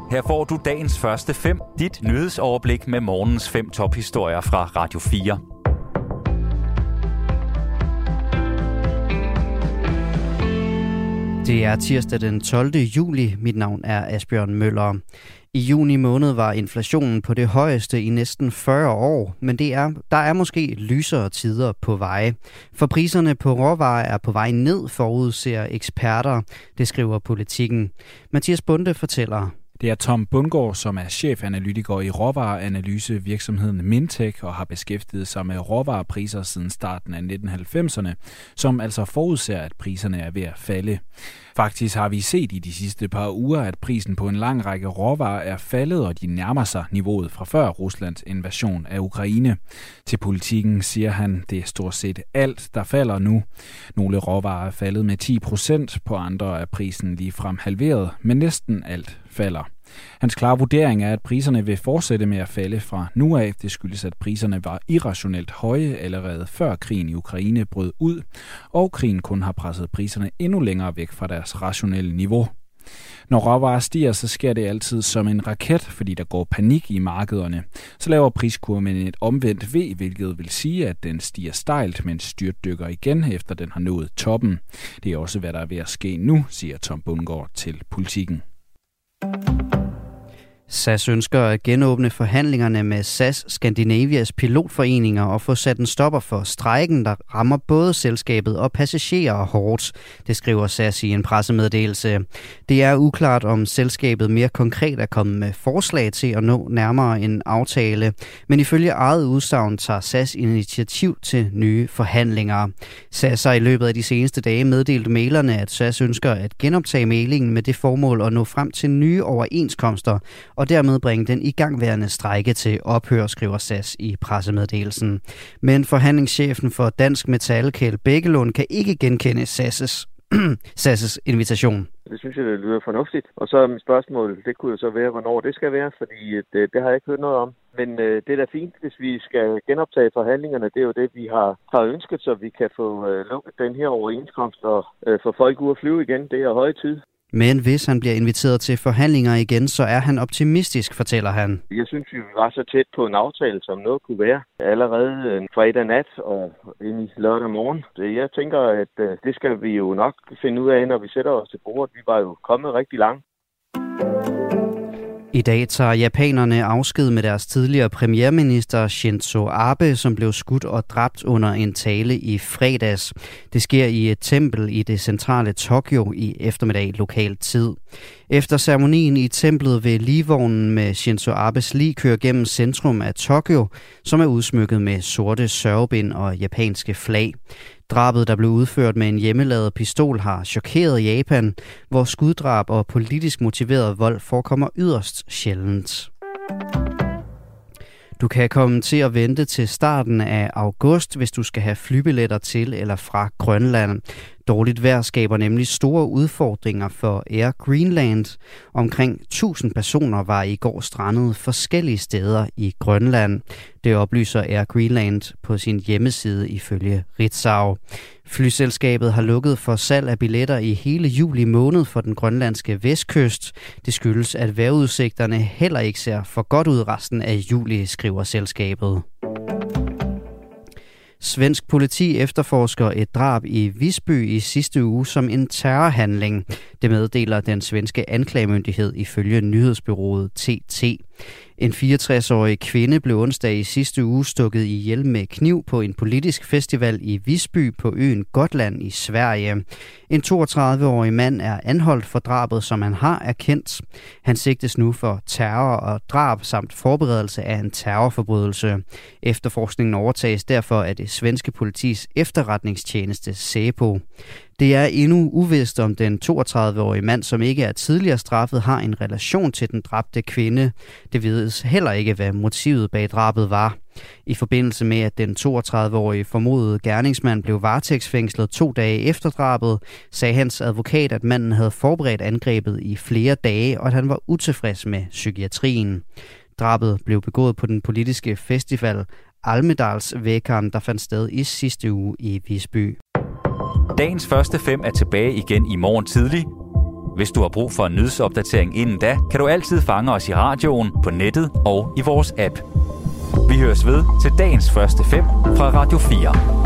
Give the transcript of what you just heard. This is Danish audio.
Her får du dagens første 5, dit nyhedsoverblik med morgens 5 tophistorier fra Radio 4. Det er tirsdag den 12. juli. Mit navn er Asbjørn Møller. I juni måned var inflationen på det højeste i næsten 40 år, men der er måske lysere tider på vej. For priserne på råvarer er på vej ned, forudser eksperter. Det skriver Politikken. Mathias Bonde fortæller. Det er Tom Bundgaard, som er chefanalytiker i råvareanalysevirksomheden Mintech og har beskæftiget sig med råvarepriser siden starten af 1990'erne, som altså forudser, at priserne er ved at falde. Faktisk har vi set i de sidste par uger, at prisen på en lang række råvarer er faldet, og de nærmer sig niveauet fra før Ruslands invasion af Ukraine. Til Politikken siger han, det er stort set alt, der falder nu. Nogle råvarer er faldet med 10%, på andre er prisen ligefrem halveret, men næsten alt falder. Hans klare vurdering er, at priserne vil fortsætte med at falde fra nu af. Det skyldes, at priserne var irrationelt høje allerede før krigen i Ukraine brød ud, og krigen kun har presset priserne endnu længere væk fra deres rationelle niveau. Når råvarer stiger, så sker det altid som en raket, fordi der går panik i markederne. Så laver priskurven et omvendt V, hvilket vil sige, at den stiger stejlt, men styrtdykker igen, efter den har nået toppen. Det er også, hvad der er ved at ske nu, siger Tom Bundgaard til Politikken. SAS ønsker at genåbne forhandlingerne med SAS Scandinavias pilotforeninger og få sat en stopper for strejken, der rammer både selskabet og passagerer hårdt. Det skriver SAS i en pressemeddelelse. Det er uklart, om selskabet mere konkret er kommet med forslag til at nå nærmere en aftale, men ifølge eget udsagn tager SAS initiativ til nye forhandlinger. SAS har i løbet af de seneste dage meddelt mailerne, at SAS ønsker at genoptage mailingen med det formål at nå frem til nye overenskomster, og dermed bringe den igangværende strejke til ophør, skriver SAS i pressemeddelelsen. Men forhandlingschefen for Dansk Metal, Kjeld Bækkelund, kan ikke genkende SAS' invitation. Det synes jeg, det lyder fornuftigt. Og så mit spørgsmål, det kunne jo så være, hvornår det skal være, fordi det har jeg ikke hørt noget om. Men det er da fint, hvis vi skal genoptage forhandlingerne. Det er jo det, vi har ønsket, så vi kan få lukket den her overenskomst og få folk ud at flyve igen. Det er høje tid. Men hvis han bliver inviteret til forhandlinger igen, så er han optimistisk, fortæller han. Jeg synes, vi var så tæt på en aftale, som noget kunne være. Allerede en fredag nat og ind i lørdag morgen. Jeg tænker, at det skal vi jo nok finde ud af, når vi sætter os til bordet. Vi var jo kommet rigtig langt. I dag tager japanerne afsked med deres tidligere premierminister Shinzo Abe, som blev skudt og dræbt under en tale i fredags. Det sker i et tempel i det centrale Tokyo i eftermiddag lokal tid. Efter ceremonien i templet vil ligvognen med Shinzo Abes lig køre gennem centrum af Tokyo, som er udsmykket med sorte sørgebind og japanske flag. Drabet, der blev udført med en hjemmelavet pistol, har chokeret Japan, hvor skuddrab og politisk motiveret vold forekommer yderst sjældent. Du kan komme til at vente til starten af august, hvis du skal have flybilletter til eller fra Grønland. Dårligt vejr skaber nemlig store udfordringer for Air Greenland. Omkring 1000 personer var i går strandet forskellige steder i Grønland. Det oplyser Air Greenland på sin hjemmeside ifølge Ritzau. Flyselskabet har lukket for salg af billetter i hele juli måned for den grønlandske vestkyst. Det skyldes, at vejrudsigterne heller ikke ser for godt ud resten af juli, skriver selskabet. Svensk politi efterforsker et drab i Visby i sidste uge som en terrorhandling. Det meddeler den svenske anklagemyndighed ifølge nyhedsbureauet TT. En 64-årig kvinde blev onsdag i sidste uge stukket ihjel med kniv på en politisk festival i Visby på øen Gotland i Sverige. En 32-årig mand er anholdt for drabet, som han har erkendt. Han sigtes nu for terror og drab samt forberedelse af en terrorforbrydelse. Efterforskningen overtages derfor af det svenske politis efterretningstjeneste SÄPO. Det er endnu uvist, om den 32-årige mand, som ikke er tidligere straffet, har en relation til den dræbte kvinde. Det vides heller ikke, hvad motivet bag drabet var. I forbindelse med, at den 32-årige formodede gerningsmand blev varetægtsfængslet 2 dage efter drabet, sagde hans advokat, at manden havde forberedt angrebet i flere dage, og at han var utilfreds med psykiatrien. Drabet blev begået på den politiske festival Almedalsveckan, der fandt sted i sidste uge i Visby. Dagens første 5 er tilbage igen i morgen tidlig. Hvis du har brug for en nyhedsopdatering inden da, kan du altid fange os i radioen, på nettet og i vores app. Vi høres ved til dagens første 5 fra Radio 4.